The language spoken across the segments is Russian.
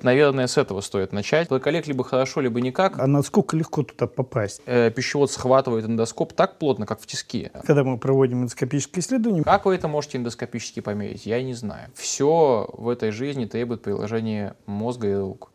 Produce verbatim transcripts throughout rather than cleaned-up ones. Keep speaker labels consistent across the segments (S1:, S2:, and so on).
S1: Наверное, с этого стоит начать. Коллег либо хорошо, либо никак.
S2: А насколько легко туда попасть?
S1: Э, пищевод схватывает эндоскоп так плотно, как в тиске.
S2: Когда мы проводим эндоскопические исследования.
S1: Как вы это можете эндоскопически померить, я не знаю. Все в этой жизни требует приложения мозга и рук.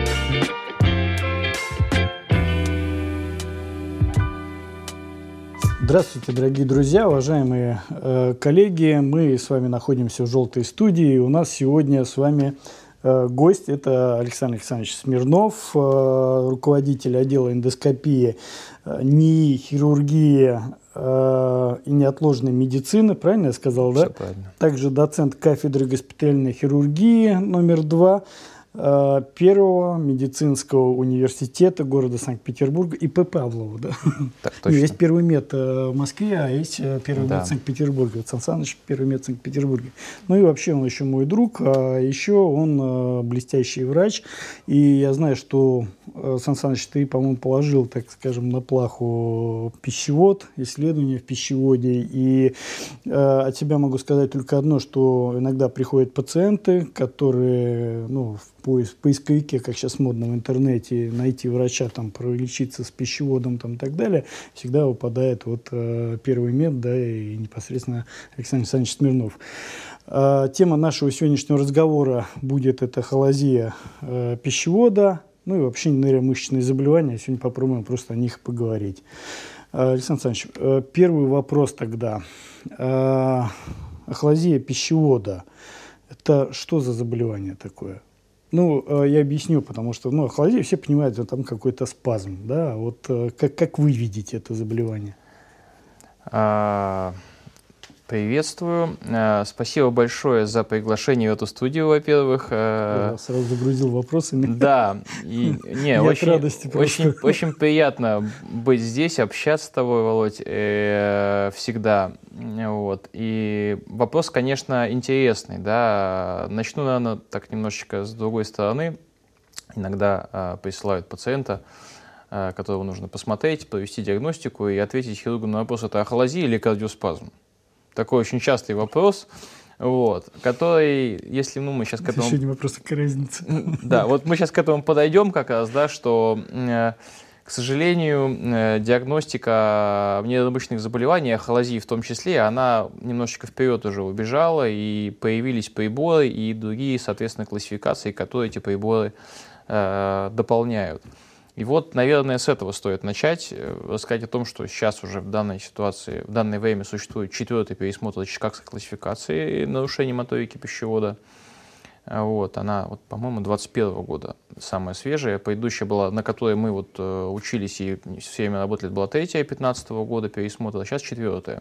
S2: Здравствуйте, дорогие друзья, уважаемые э, коллеги. Мы с вами находимся в «Желтой студии». У нас сегодня с вами э, гость. Это Александр Александрович Смирнов, э, руководитель отдела эндоскопии, э, НИИ, хирургии э, и неотложной медицины. Правильно я сказал,
S1: Все
S2: да?
S1: правильно. Также
S2: доцент кафедры госпитальной хирургии номер два. Первого медицинского университета города Санкт-Петербурга и П. Павлова. Да?
S1: Так, точно.
S2: Есть первый мед в Москве, а есть первый
S1: Да.
S2: мед в Санкт-Петербурге. Вот Сан Саныч первый мед в Санкт-Петербурге. Ну и вообще он еще мой друг, а еще он блестящий врач. И я знаю, что, Сан Саныч, ты, по-моему, положил, так скажем, на плаху пищевод, исследования в пищеводе. И э, от себя могу сказать только одно, что иногда приходят пациенты, которые, ну, в в поисковике, как сейчас модно в интернете, найти врача, там, пролечиться с пищеводом там, и так далее, всегда выпадает вот, э, первый мед, да, и непосредственно Александр Александрович Смирнов. Э, тема нашего сегодняшнего разговора будет это холозия э, пищевода, ну и вообще нейромышечные заболевания. Сегодня попробуем просто о них поговорить. Э, Александр Александрович, э, первый вопрос тогда. Э, холозия пищевода – это что за заболевание такое? Ну, я объясню, потому что, ну, холозия, все понимают, что там какой-то спазм, да, вот как, как вы видите это заболевание?
S1: А, приветствую. А, спасибо большое за приглашение в эту студию, во-первых. А,
S2: я сразу загрузил вопросами.
S1: Да, и, не, очень, очень, очень приятно быть здесь, общаться с тобой, Володь, э, всегда. Вот. И вопрос, конечно, интересный, да. Начну, наверное, так немножечко с другой стороны. Иногда э, присылают пациента, э, которого нужно посмотреть, провести диагностику и ответить хирургу на вопрос, это ахолазия или кардиоспазм. Такой очень частый вопрос, вот, который, если ну, мы сейчас к этому...
S2: Еще не вопрос, какая разница.
S1: Да, вот мы сейчас к этому подойдем как раз, да, что... Э, К сожалению, диагностика внеобычных заболеваний, ахолазии в том числе, она немножечко вперед уже убежала, и появились приборы и другие, соответственно, классификации, которые эти приборы э, дополняют. И вот, наверное, с этого стоит начать, рассказать о том, что сейчас уже в данной ситуации, в данное время существует четвертый пересмотр чикагской классификации нарушений моторики пищевода. Вот, она, вот, по-моему, двадцать первого года самая свежая. Предыдущая была, на которой мы вот, э, учились и все время работали, была третья пятнадцатого года пересмотра, а сейчас четвертая.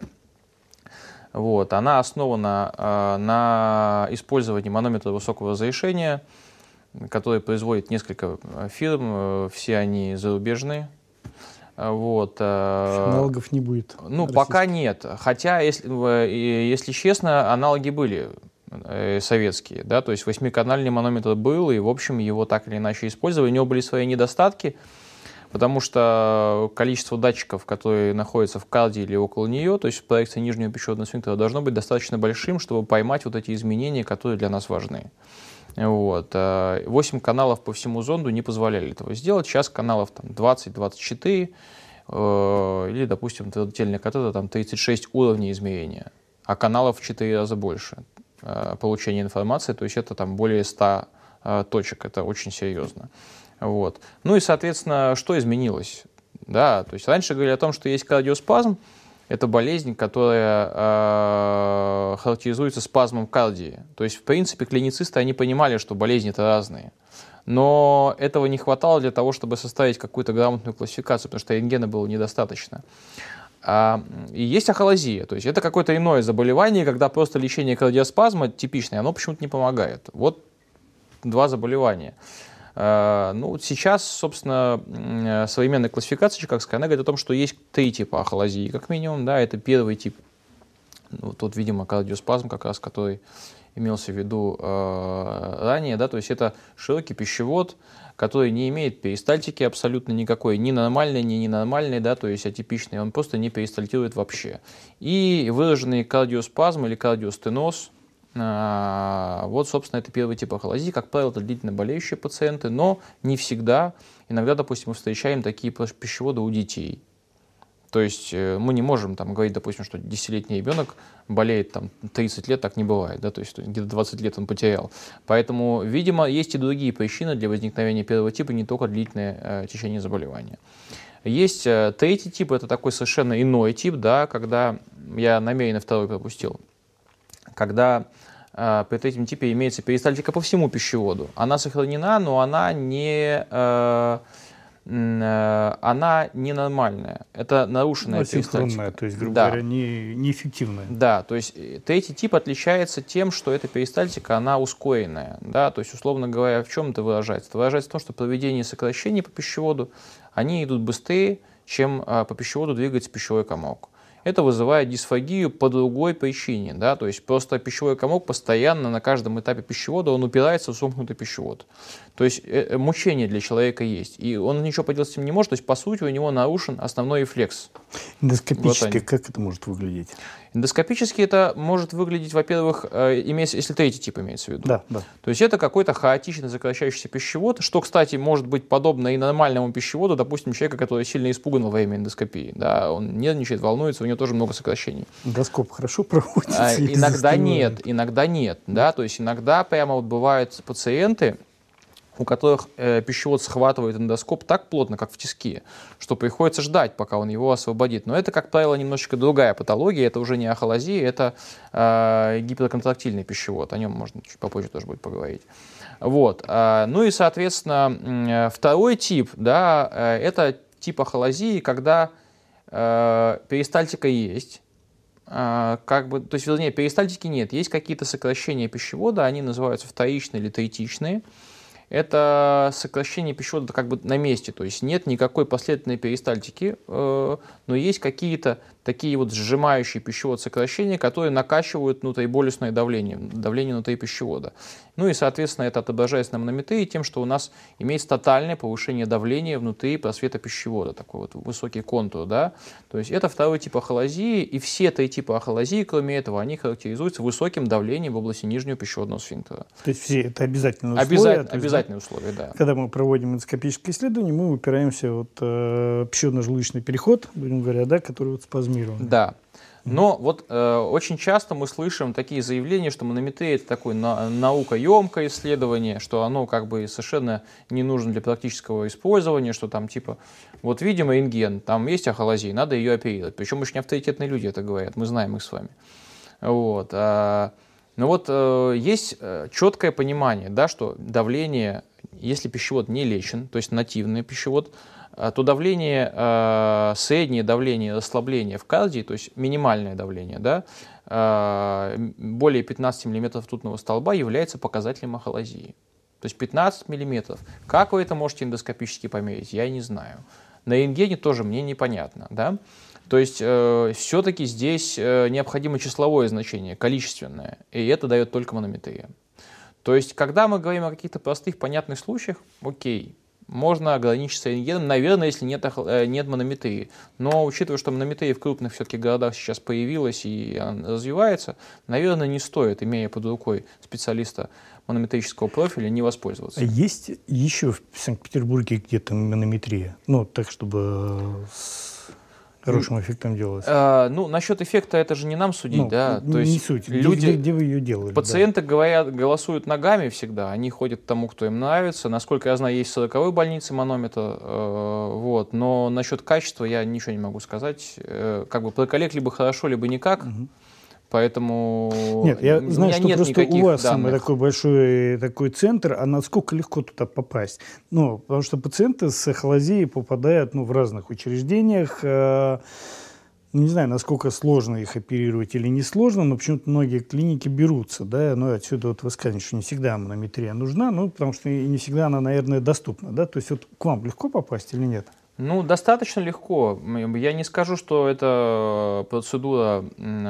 S1: Вот, она основана э, на использовании манометра высокого разрешения, который производит несколько фирм, э, все они зарубежные. Вот, э,
S2: аналогов не будет?
S1: Ну, пока нет. Хотя, если, э, если честно, аналоги были советские, да, то есть восьмиканальный манометр был, и, в общем, его так или иначе использовали. У него были свои недостатки, потому что количество датчиков, которые находятся в кардии или около нее, то есть в проекции нижнего пищеводного сфинктера, должно быть достаточно большим, чтобы поймать вот эти изменения, которые для нас важны. Вот. восемь каналов по всему зонду не позволяли этого сделать. Сейчас каналов там двадцать-двадцать четыре, или, допустим, твердотельная катетер, там тридцать шесть уровней измерения, а каналов в четыре раза больше получения информации, то есть это там более ста э, точек, это очень серьезно. Вот. Ну и, соответственно, что изменилось? Да, то есть раньше говорили о том, что есть кардиоспазм, это болезнь, которая э, характеризуется спазмом кардии. То есть, в принципе, клиницисты, они понимали, что болезни-то разные. Но этого не хватало для того, чтобы составить какую-то грамотную классификацию, потому что рентгена было недостаточно. И есть ахолазия, то есть это какое-то иное заболевание, когда просто лечение кардиоспазма типичное, оно почему-то не помогает. Вот два заболевания. Ну, сейчас, собственно, современная классификация чикагская, она говорит о том, что есть три типа ахолазии, как минимум. Да, это первый тип, ну, тут, видимо, кардиоспазм, как раз, который имелся в виду э, ранее, да, то есть это широкий пищевод, который не имеет перистальтики абсолютно никакой, ни нормальной, ни ненормальной, да, то есть атипичный, он просто не перистальтирует вообще. И выраженный кардиоспазм или кардиостеноз, Вот, собственно, это первый тип ахолазии. Как правило, это длительно болеющие пациенты, но не всегда. Иногда, допустим, мы встречаем такие пищеводы у детей. То есть мы не можем там говорить, допустим, что десятилетний ребенок болеет там тридцать лет, так не бывает, да, то есть где-то двадцать лет он потерял. Поэтому, видимо, есть и другие причины для возникновения первого типа, не только длительное э, течение заболевания. Есть э, третий тип, это такой совершенно иной тип, да, когда, я намеренно второй пропустил, когда э, при третьем типе имеется перистальтика по всему пищеводу. Она сохранена, но она не... Э, она ненормальная. Это нарушенная
S2: ну,
S1: перистальтика.
S2: То есть, грубо
S1: да.
S2: говоря, не, неэффективная.
S1: Да, то есть третий тип отличается тем, что эта перистальтика, она ускоренная. Да, то есть, условно говоря, в чем это выражается? Это выражается в том, что проведение сокращений по пищеводу, они идут быстрее, чем по пищеводу двигается пищевой комок. Это вызывает дисфагию по другой причине, да, то есть просто пищевой комок постоянно на каждом этапе пищевода, он упирается в сомкнутый пищевод. То есть э, мучение для человека есть, и он ничего поделать с этим не может, то есть по сути у него нарушен основной рефлекс.
S2: Эндоскопически вот как это может выглядеть?
S1: Эндоскопически это может выглядеть, во-первых, э, имеется, если третий тип имеется в виду.
S2: Да, да.
S1: То есть это какой-то хаотично сокращающийся пищевод, что, кстати, может быть подобно и нормальному пищеводу, допустим, человека, который сильно испуган во время эндоскопии. Да, он нервничает, волнуется, у него тоже много сокращений.
S2: Эндоскоп хорошо проводится?
S1: А, иногда нет, иногда нет. Да, то есть иногда прямо вот бывают пациенты, у которых э, пищевод схватывает эндоскоп так плотно, как в тиске, что приходится ждать, пока он его освободит. Но это, как правило, немножечко другая патология, это уже не ахолазия, это э, гиперконтрактильный пищевод, о нем можно чуть попозже тоже будет поговорить. Вот. А, ну и, соответственно, второй тип, да, это тип ахолазии, когда э, перистальтика есть, э, как бы, то есть, вернее, перистальтики нет, есть какие-то сокращения пищевода, они называются вторичные или третичные. Это сокращение пищевода как бы на месте, то есть нет никакой последовательной перистальтики, э, но есть какие-то такие вот сжимающие пищевод сокращения, которые накачивают внутриболюсное давление, давление внутри пищевода. Ну и, соответственно, это отображается на манометрии тем, что у нас имеется тотальное повышение давления внутри просвета пищевода, такой вот высокий контур, да. То есть это второй тип ахолазии, и все три типа ахолазии, кроме этого, они характеризуются высоким давлением в области нижнего пищеводного сфинктера.
S2: То есть все это обязательные условия?
S1: Обязательно,
S2: есть,
S1: обязательные условия, да.
S2: Когда мы проводим эндоскопические исследования, мы упираемся в вот, э, пищеводно-желудочный переход, будем говоря, да, который вот спазмирован.
S1: Да. Но вот э, очень часто мы слышим такие заявления, что манометрия — это такое на, наукоемкое исследование, что оно как бы совершенно не нужно для практического использования, что там типа, вот видим рентген, там есть ахолазия, надо ее оперировать. Причем очень авторитетные люди это говорят, мы знаем их с вами. Вот. А, но вот э, есть четкое понимание, да, что давление, если пищевод не лечен, то есть нативный пищевод, то давление, э, среднее давление расслабления в кардии, то есть минимальное давление, да, э, более пятнадцати миллиметров ртутного столба является показателем ахолазии. То есть пятнадцать миллиметров. Как вы это можете эндоскопически померить, я не знаю. На рентгене тоже мне непонятно. Да? То есть э, все-таки здесь э, необходимо числовое значение, количественное, и это дает только манометрия. То есть когда мы говорим о каких-то простых, понятных случаях, окей, можно ограничиться рентгеном, наверное, если нет, нет манометрии. Но учитывая, что манометрия в крупных все-таки городах сейчас появилась и развивается, наверное, не стоит, имея под рукой специалиста манометрического профиля, не воспользоваться.
S2: А есть еще в Санкт-Петербурге где-то манометрия? Ну, так, чтобы с хорошим эффектом делалось.
S1: А, ну, насчет эффекта это же не нам судить, ну, да.
S2: То
S1: есть
S2: не суть.
S1: люди,
S2: где, где вы ее делали?
S1: Пациенты
S2: да.
S1: говорят, голосуют ногами всегда, они ходят к тому, кто им нравится. Насколько я знаю, есть в сороковой больнице манометр, э, вот. Но насчет качества я ничего не могу сказать. Э, как бы про коллег либо хорошо, либо никак. Угу. Поэтому
S2: нет, я
S1: у
S2: знаю,
S1: меня
S2: что
S1: нет
S2: просто
S1: никаких
S2: у вас
S1: данных.
S2: самый такой большой такой центр, а насколько легко туда попасть? Ну, потому что пациенты с ахолазией попадают ну, в разных учреждениях. Э, не знаю, насколько сложно их оперировать или не сложно, но почему-то многие клиники берутся, да, ну, отсюда вот вы сказали, что не всегда манометрия нужна, ну, потому что и не всегда она, наверное, доступна, да, то есть вот к вам легко попасть или нет?
S1: Ну, достаточно легко. Я не скажу, что эта процедура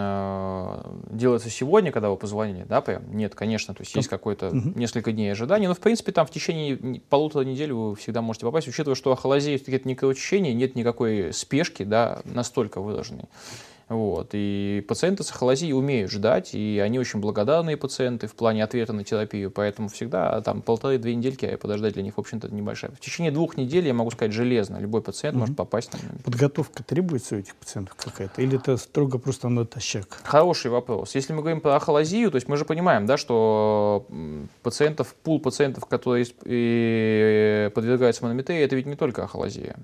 S1: э, делается сегодня, когда вы позвонили, да, прям? Нет, конечно, то есть есть какое-то угу. несколько дней ожидания, но, в принципе, там в течение полутора недель вы всегда можете попасть, учитывая, что ахолазия — это не кровотечение, нет никакой спешки, да, настолько выраженной. Вот. И пациенты с ахолазией умеют ждать, и они очень благодарные пациенты в плане ответа на терапию, поэтому всегда там полторы-две недельки подождать для них, в общем-то, небольшая. В течение двух недель, я могу сказать, железно, любой пациент mm-hmm. может попасть на момент.
S2: Подготовка требуется у этих пациентов какая-то? Или это строго просто натощак?
S1: Хороший вопрос. Если мы говорим про ахолазию, то есть мы же понимаем, да, что пациентов, пул пациентов, которые подвергаются манометрии, это ведь не только ахолазия.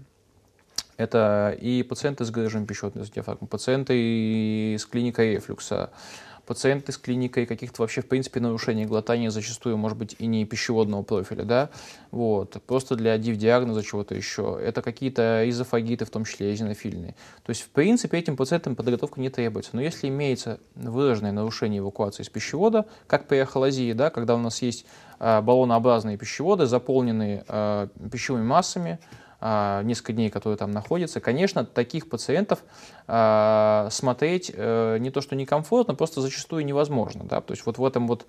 S1: Это и пациенты с грыжами пищеводной диафрагмы, пациенты с клиникой рефлюкса, пациенты с клиникой каких-то вообще, в принципе, нарушений глотания, зачастую, может быть, и не пищеводного профиля, да, вот, просто для див-диагноза чего-то еще. Это какие-то эзофагиты, в том числе эозинофильные. То есть, в принципе, этим пациентам подготовка не требуется. Но если имеется выраженное нарушение эвакуации из пищевода, как при ахолазии, да, когда у нас есть а, баллонообразные пищеводы, заполненные а, пищевыми массами, несколько дней, которые там находятся, конечно, таких пациентов э, смотреть э, не то, что некомфортно, просто зачастую невозможно. Да? То есть вот в этом вот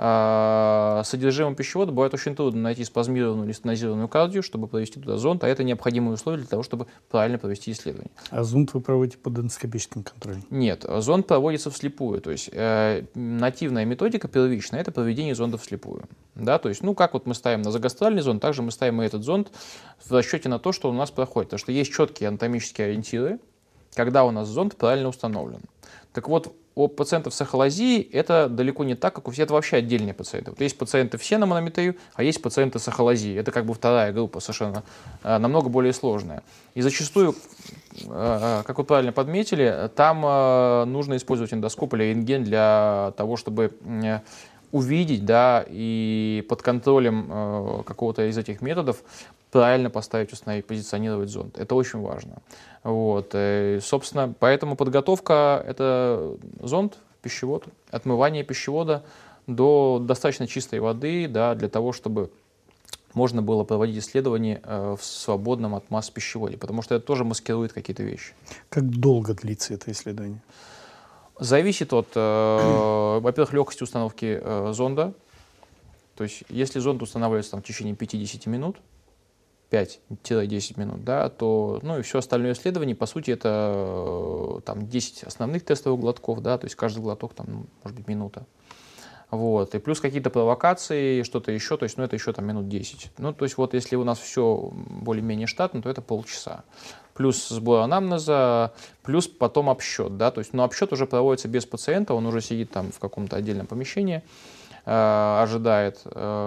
S1: э, содержимом пищевода бывает очень трудно найти спазмированную или стенозированную кардию, чтобы провести туда зонд, а это необходимые условия для того, чтобы правильно провести исследование.
S2: А зонд вы проводите под эндоскопическим контролем?
S1: Нет, зонд проводится вслепую. То есть э, нативная методика первичная — это проведение зонда вслепую. Да? То есть, ну, как вот мы ставим на загастральный зонд, также мы ставим и этот зонд в расчете на то, что у нас проходит. Потому что есть четкие анатомические ориентиры, когда у нас зонд правильно установлен. Так вот, у пациентов с ахолазией это далеко не так, как у всех. Это вообще отдельные пациенты. Вот есть пациенты все на манометрию, а есть пациенты с ахолазией. Это как бы вторая группа, совершенно а, намного более сложная. И зачастую, а, как вы правильно подметили, там а, нужно использовать эндоскоп или рентген для того, чтобы а, увидеть, да, и под контролем а, какого-то из этих методов правильно поставить, установить, позиционировать зонд. Это очень важно. Вот. И, собственно, поэтому подготовка — это зонд, пищевод, отмывание пищевода до достаточно чистой воды, да, для того, чтобы можно было проводить исследования э, в свободном от масс пищеводе, потому что это тоже маскирует какие-то вещи.
S2: Как долго длится это исследование?
S1: Зависит от, э, во-первых, легкости установки э, зонда. То есть, если зонд устанавливается там, в течение пятидесяти минут, пять-десять минут, да, то, ну и все остальное исследование, по сути, это там десять основных тестовых глотков, да, то есть каждый глоток там, ну, может быть, минута. Вот, и плюс какие-то провокации, что-то еще, то есть, ну, это еще там минут десять. Ну, то есть, вот если у нас все более-менее штатно, то это полчаса. Плюс сбор анамнеза, плюс потом обсчет, да, то есть, ну, обсчет уже проводится без пациента, он уже сидит там в каком-то отдельном помещении, ожидает,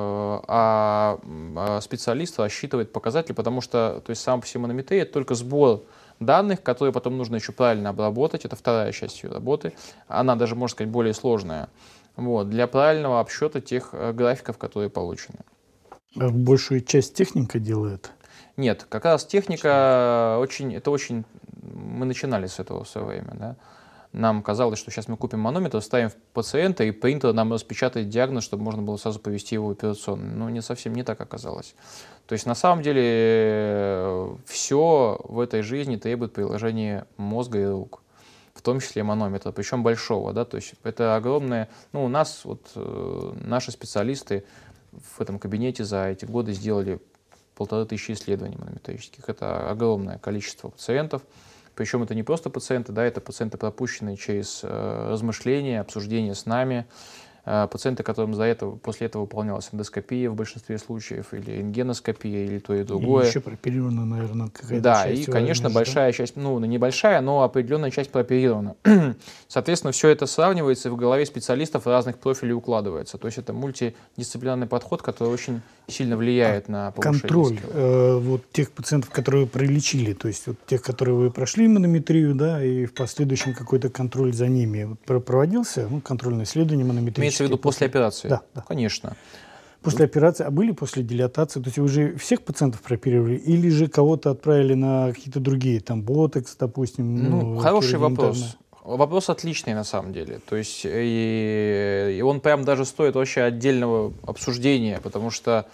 S1: а специалист рассчитывает показатели, потому что, то есть, сам по себе манометрия — это только сбор данных, которые потом нужно еще правильно обработать, это вторая часть ее работы, она даже, можно сказать, более сложная, вот, для правильного обсчета тех графиков, которые получены.
S2: А большую часть техника делает?
S1: Нет, как раз техника очень, это очень, мы начинали с этого в свое время, да. Нам казалось, что сейчас мы купим манометр, ставим в пациента, и принтер нам распечатает диагноз, чтобы можно было сразу повести его в операционную. Но не совсем не так оказалось. То есть на самом деле все в этой жизни требует приложения мозга и рук, в том числе манометра, причем большого. Да? То есть это огромное... Ну, у нас вот, э, наши специалисты в этом кабинете за эти годы сделали полторы тысячи исследований манометрических. Это огромное количество пациентов. Причем это не просто пациенты, да, это пациенты, пропущенные через э, размышления, обсуждения с нами, э, пациенты, которым за это, после этого выполнялась эндоскопия в большинстве случаев, или рентгеноскопия, или то и другое.
S2: И еще прооперирована, наверное, какая-то
S1: да,
S2: часть.
S1: И, конечно,
S2: важная,
S1: большая
S2: да?
S1: часть, ну, не большая, но определенная часть прооперирована. Соответственно, все это сравнивается и в голове специалистов разных профилей укладывается. То есть это мультидисциплинарный подход, который очень сильно влияет а на повышение
S2: контроль э, вот тех пациентов, которые вы пролечили, то есть вот тех, которые вы прошли манометрию, да, и в последующем какой-то контроль за ними вот, проводился, ну, контрольное исследование манометрическое.
S1: Имеется в виду после, после операции?
S2: Да, да.
S1: Конечно.
S2: После операции, а были после дилатации? То есть вы же всех пациентов прооперировали или же кого-то отправили на какие-то другие, там, ботокс, допустим?
S1: Ну,
S2: ну
S1: хороший вопрос. Вопрос отличный на самом деле. То есть и, и он прям даже стоит вообще отдельного обсуждения, потому что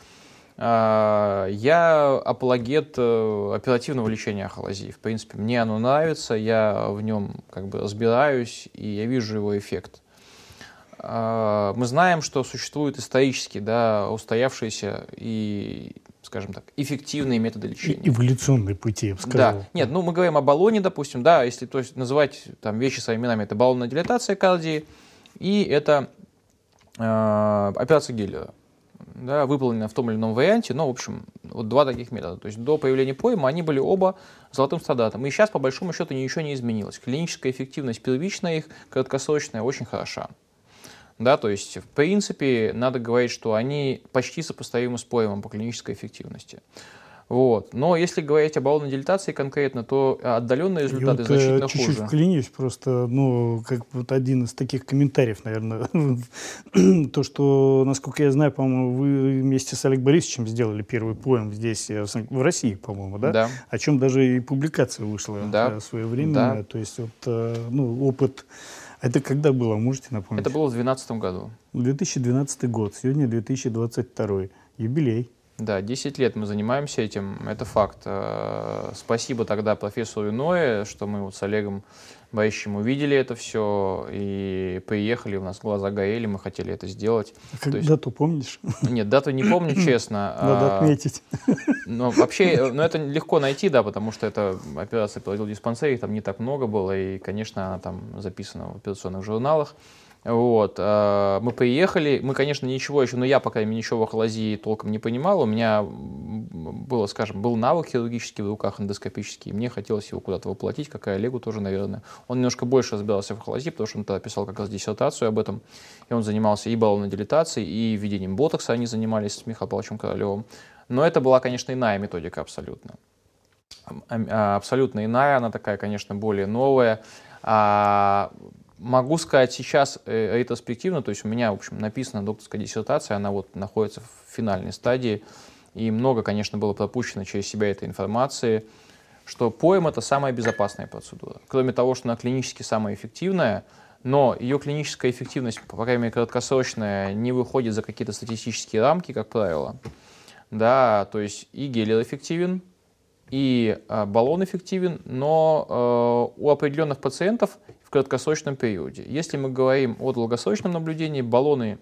S1: э, я апологет э, оперативного лечения ахолазии. В принципе, мне оно нравится, я в нем как бы разбираюсь, и я вижу его эффект. Э, мы знаем, что существуют исторически, да, устоявшиеся и, скажем так, эффективные методы лечения.
S2: Эволюционные пути, я бы сказал.
S1: Да. Нет, ну мы говорим о баллоне, допустим, да, если то есть, называть там вещи своими именами, это баллонная дилатация кардии и это э, операция Геллера. Да, выполнена в том или ином варианте, но, в общем, вот два таких метода. То есть до появления поймы они были оба золотым стандартом. И сейчас, по большому счету, ничего не изменилось. Клиническая эффективность первичная их, краткосрочная, очень хороша. Да, то есть, в принципе, надо говорить, что они почти сопоставимы с поймом по клинической эффективности. Вот. Но если говорить об баллонной дилатации конкретно, то отдаленные результаты
S2: вот,
S1: значительно
S2: чуть-чуть
S1: хуже.
S2: Чуть-чуть вклинюсь, просто, ну, как вот один из таких комментариев, наверное, то, что, насколько я знаю, по-моему, вы вместе с Олегом Борисовичем сделали первый поэм здесь, в России, по-моему, да?
S1: Да.
S2: О чем даже и публикация вышла
S1: да.
S2: своевременная. Да. То есть, вот, ну, опыт... Это когда было, можете напомнить?
S1: Это было в две тысячи двенадцатом году.
S2: две тысячи двенадцатый год, сегодня две тысячи двадцать второй, юбилей.
S1: Да, десять лет мы занимаемся этим, это факт. Спасибо тогда профессору Ное, что мы вот с Олегом Борисовичем увидели это все и приехали, у нас глаза горели, мы хотели это сделать.
S2: А как
S1: есть...
S2: дату помнишь?
S1: Нет, дату не помню, честно.
S2: Надо отметить.
S1: Но вообще, ну, это легко найти, да, потому что это операция проводил в диспансере, там не так много было, и, конечно, она там записана в операционных журналах. Вот. Мы приехали, мы, конечно, ничего еще, но я, по крайней мере, ничего в ахолазии толком не понимал. У меня было, скажем, был навык хирургический в руках, эндоскопический, и мне хотелось его куда-то воплотить, как и Олегу тоже, наверное. Он немножко больше разбирался в ахолазии, потому что он тогда писал как раз диссертацию об этом, и он занимался и баллонной дилатацией, и введением ботокса они занимались с Михаилом Павловичем Королевым. Но это была, конечно, иная методика абсолютно. Абсолютно иная, она такая, конечно, более новая. Могу сказать сейчас э, ретроспективно, то есть у меня, в общем, написана докторская диссертация, она вот находится в финальной стадии, и много, конечно, было пропущено через себя этой информации, что ПОЭМ — это самая безопасная процедура. Кроме того, что она клинически самая эффективная, но ее клиническая эффективность, по крайней мере, краткосрочная, не выходит за какие-то статистические рамки, как правило. Да, то есть и Геллер эффективен, и э, баллон эффективен, но э, у определенных пациентов в краткосрочном периоде. Если мы говорим о долгосрочном наблюдении, баллоны,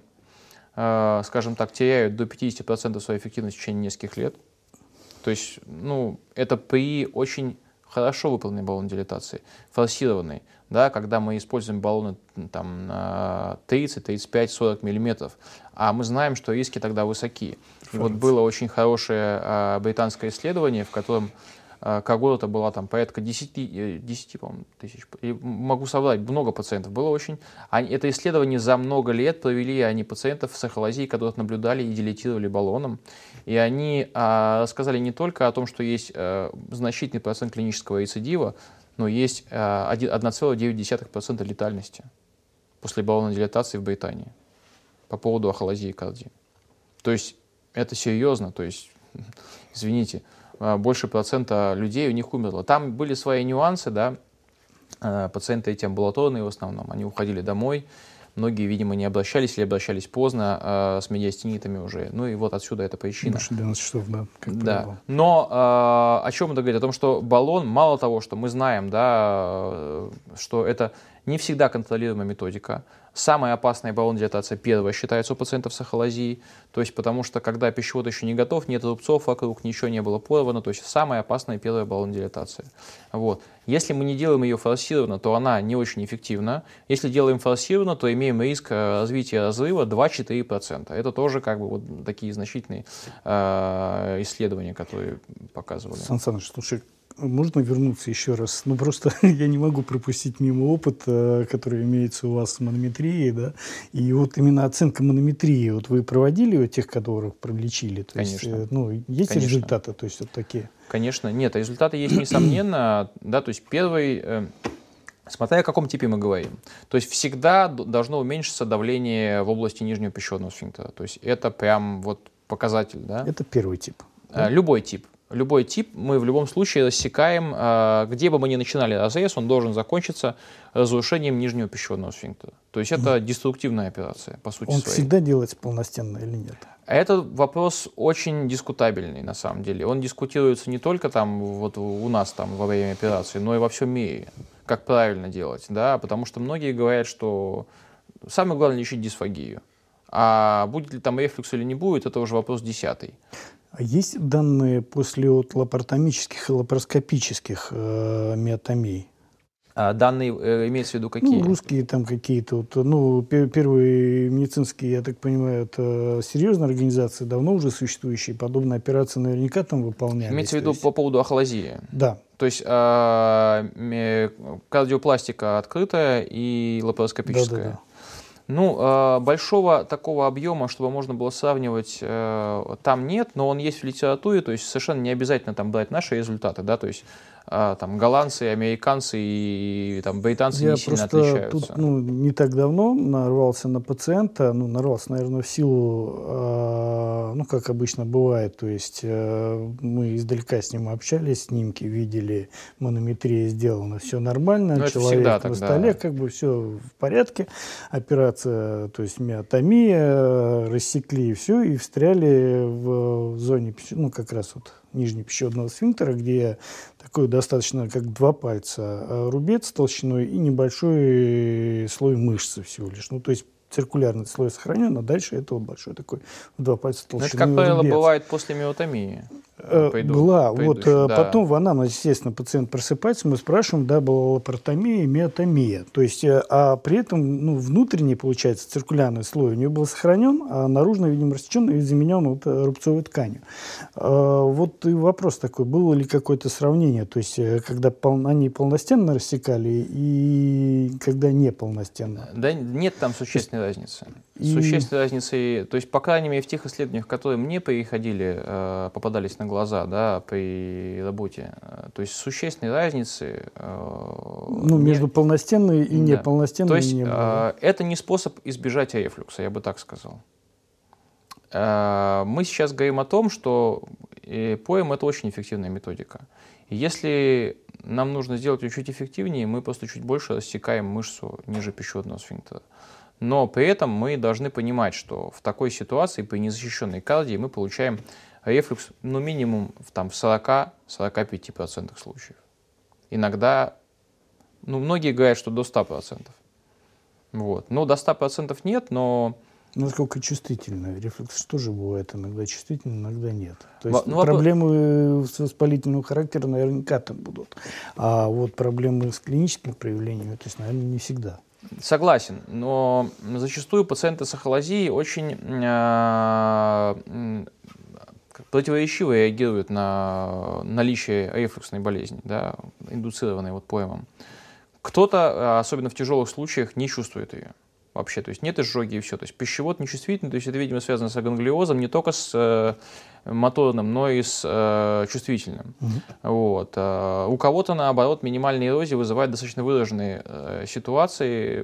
S1: э, скажем так, теряют до пятидесяти процентов своей эффективности в течение нескольких лет. То есть, ну, это при очень хорошо выполненной баллонной дилатации, форсированной, да, когда мы используем баллоны там, на тридцать, тридцать пять, сорок миллиметров, а мы знаем, что риски тогда высоки. И вот было очень хорошее а, британское исследование, в котором а, когорта была там порядка десяти, десяти тысяч, и могу соврать, много пациентов было очень. Они, это исследование за много лет провели они пациентов с ахолазией, которых наблюдали и дилатировали баллоном. И они а, рассказали не только о том, что есть а, значительный процент клинического рецидива, но есть а, одна целая девять десятых процента летальности после баллонной дилатации в Британии по поводу ахолазии кардии. То есть это серьезно, то есть, извините, больше процента людей у них умерло. Там были свои нюансы, да, пациенты эти амбулаторные в основном, они уходили домой, многие, видимо, не обращались или обращались поздно э, с медиастенитами уже, ну и вот отсюда эта причина.
S2: Больше двенадцати часов, да. Как
S1: да. Но э, о чем это говорит? О том, что баллон, мало того, что мы знаем, да, что это не всегда контролируемая методика. Самая опасная баллонная дилатация первая считается у пациентов с ахолазией, то есть потому что когда пищевод еще не готов, нет рубцов вокруг, ничего не было порвано, то есть самая опасная первая баллонная дилатация. Вот. Если мы не делаем ее форсированно, то она не очень эффективна. Если делаем форсированно, то имеем риск развития разрыва два-четыре процента. Это тоже как бы вот такие значительные э, исследования, которые показывали.
S2: Сан Саныч, слушай, можно вернуться еще раз? Ну, просто я не могу пропустить мимо опыт, который имеется у вас с манометрией, да? И вот именно оценка манометрии, вот вы проводили у тех, которых пролечили? То
S1: Конечно.
S2: Есть, ну, есть
S1: Конечно.
S2: результаты, то есть вот такие?
S1: Конечно, нет, результаты есть несомненно, да, то есть первый, э, смотря о каком типе мы говорим, то есть всегда должно уменьшиться давление в области нижнего пищеводного сфинктера, то есть это прям вот показатель, да?
S2: Это первый тип.
S1: Да? Любой тип. Любой тип мы в любом случае рассекаем, где бы мы ни начинали разрез, он должен закончиться разрушением нижнего пищеводного сфинктера. То есть это деструктивная операция, по сути
S2: Он
S1: своей.
S2: всегда делается полностенно или нет?
S1: Это вопрос очень дискутабельный на самом деле. Он дискутируется не только там, вот у нас там, во время операции, но и во всем мире, как правильно делать. Да? Потому что многие говорят, что самое главное лечить дисфагию. А будет ли там рефлюкс или не будет, это уже вопрос десятый.
S2: А есть данные после вот лапаротомических и лапароскопических э, миотомий?
S1: А данные э, имеется в виду какие?
S2: Ну, русские там какие-то. Вот, ну, пер- первые медицинские, я так понимаю, это серьезные организации, давно уже существующие. Подобные операции наверняка там выполнялись.
S1: Имеется в виду
S2: есть...
S1: по поводу ахлазии?
S2: Да.
S1: То есть э, кардиопластика открытая и лапароскопическая?
S2: Да, да, да.
S1: Ну, э, большого такого объема, чтобы можно было сравнивать, э, там нет, но он есть в литературе, то есть совершенно не обязательно там брать наши результаты, да, то есть э, там голландцы, американцы и, и там британцы
S2: Я
S1: не сильно
S2: просто
S1: отличаются.
S2: Тут, ну, не так давно нарвался на пациента, ну, нарвался, наверное, в силу, э, ну, как обычно бывает, то есть э, мы издалека с ним общались, снимки видели, манометрия сделана, все нормально,
S1: Но
S2: человек на
S1: тогда.
S2: столе, как бы все в порядке, операция, то есть миотомия, рассекли и все, и встряли в зоне, ну, как раз вот нижнепищеводного сфинктера, где такой достаточно, как два пальца, рубец толщиной и небольшой слой мышцы всего лишь. Ну, то есть циркулярный слой сохранен, а дальше это вот большой такой в два пальца толщиной.
S1: Это, как правило,
S2: рубец.
S1: Бывает после миотомии.
S2: Пойду, была. Вот,
S1: да.
S2: Потом в анамнезе, естественно, пациент просыпается, мы спрашиваем, да, была лапаротомия и миотомия. То есть, а при этом, ну, внутренний, получается, циркулярный слой у нее был сохранен, а наружно, видимо, рассечен и заменен вот рубцовой тканью. Вот и вопрос такой, было ли какое-то сравнение, то есть, когда пол, они полностенно рассекали и когда не полностенно?
S1: Да нет там существенной есть, разницы.
S2: И...
S1: Существенной разницы, то есть, по крайней мере, в тех исследованиях, которые мне приходили, попадались на глаза, да, при работе. То есть существенной разницы...
S2: Ну, между
S1: не...
S2: полностенной и
S1: да.
S2: неполностенной.
S1: То есть
S2: не было.
S1: Это не способ избежать рефлюкса, я бы так сказал. Мы сейчас говорим о том, что ПОЭМ – это очень эффективная методика. И если нам нужно сделать ее чуть эффективнее, мы просто чуть больше рассекаем мышцу ниже пищеводного сфинктера. Но при этом мы должны понимать, что в такой ситуации при незащищенной кардии мы получаем рефлюкс, ну, минимум в, там, в сорока-сорока пяти процентах случаев. Иногда, ну, многие говорят, что до ста процентов. Вот. Ну, до ста процентов нет, но...
S2: Насколько чувствительно? Рефлюкс тоже бывает иногда чувствительно, иногда нет. То есть
S1: ну,
S2: проблемы воспалительного характера наверняка там будут. А вот проблемы с клиническими проявлениями, то есть, наверное, не всегда.
S1: Согласен, но зачастую пациенты с ахолазией очень э, противоречиво реагируют на наличие рефлюксной болезни, да, индуцированной вот ПОЭМом. Кто-то, особенно в тяжелых случаях, не чувствует ее вообще, то есть нет изжоги и все. То есть пищевод нечувствительный, то есть это, видимо, связано с аганглиозом, не только с э, моторным, но и с э, чувствительным. Mm-hmm. Вот. А у кого-то, наоборот, минимальная эрозия вызывает достаточно выраженные э, ситуации,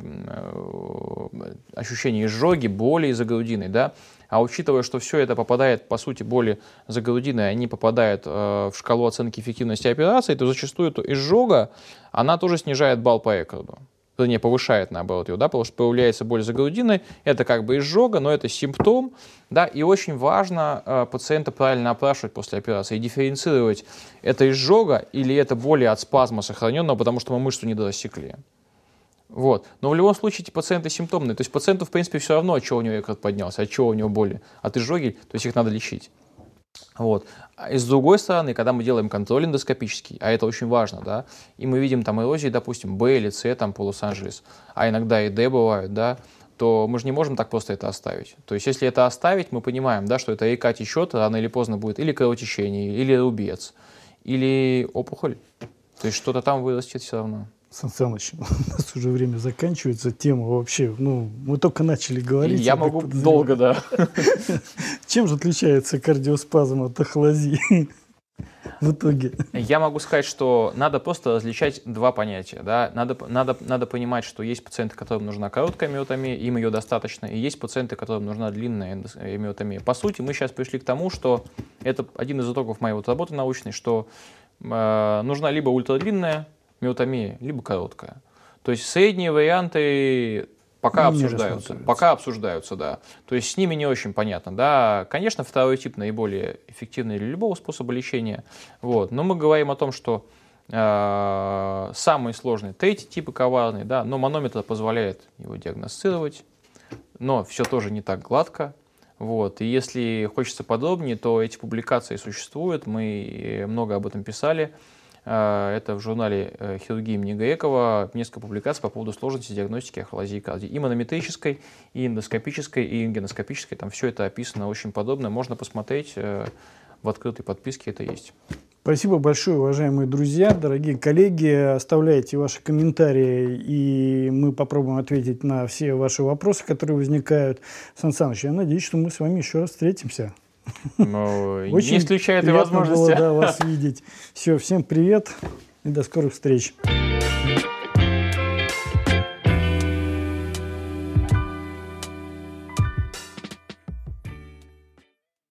S1: э, ощущение изжоги, боли из-за грудины, да. А учитывая, что все это попадает, по сути, боли за грудиной, они попадают э, в шкалу оценки эффективности операции, то зачастую эта изжога, она тоже снижает балл по Эккарду. Не повышает, наоборот, его, да, потому что появляется боль за грудиной, это как бы изжога, но это симптом, да, и очень важно э, пациента правильно опрашивать после операции и дифференцировать, это изжога или это боли от спазма сохраненного, потому что мы мышцу не дорассекли. Вот. Но в любом случае эти пациенты симптомные, то есть пациенту, в принципе, все равно, от чего у него Эккард поднялся, от чего у него боли, от изжоги, то есть их надо лечить. Вот. И с другой стороны, когда мы делаем контроль эндоскопический, а это очень важно, да, и мы видим там эрозии, допустим, Б или С, там полус-анджелес, а иногда и Д бывают, да, то мы же не можем так просто это оставить. То есть если это оставить, мы понимаем, да, что эта река течет, рано или поздно будет или кровотечение, или рубец, или опухоль. То есть что-то там вырастет все равно.
S2: Сан Саныч, у нас уже время заканчивается, тема вообще, ну, мы только начали говорить.
S1: Я могу долго, да.
S2: Чем же отличается кардиоспазм от ахолазии в итоге?
S1: Я могу сказать, что надо просто различать два понятия, да. Надо, надо, надо понимать, что есть пациенты, которым нужна короткая миотомия, им ее достаточно, и есть пациенты, которым нужна длинная миотомия. По сути, мы сейчас пришли к тому, что это один из итогов моей вот работы научной, что э, нужна либо ультрадлинная миотомия, либо короткая. То есть средние варианты пока не обсуждаются. Пока обсуждаются, да. То есть с ними не очень понятно, да. Конечно, второй тип наиболее эффективный для любого способа лечения. Вот. Но мы говорим о том, что э, самый сложный третий тип и коварный, да, но манометр позволяет его диагностировать, но все тоже не так гладко. Вот. И если хочется подробнее, то эти публикации существуют, мы много об этом писали. Это в журнале хирургии имени Грекова несколько публикаций по поводу сложности диагностики ахиллозии кардии. И манометрической, и эндоскопической, и рентгеноскопической. Там все это описано очень подробно. Можно посмотреть, в открытой подписке это есть.
S2: Спасибо большое, уважаемые друзья, дорогие коллеги. Оставляйте ваши комментарии, и мы попробуем ответить на все ваши вопросы, которые возникают. Сан Саныч, я надеюсь, что мы с вами еще раз встретимся.
S1: Ну, очень не исключаю этой возможности.
S2: Было, да, вас видеть. Все, всем привет и до скорых встреч.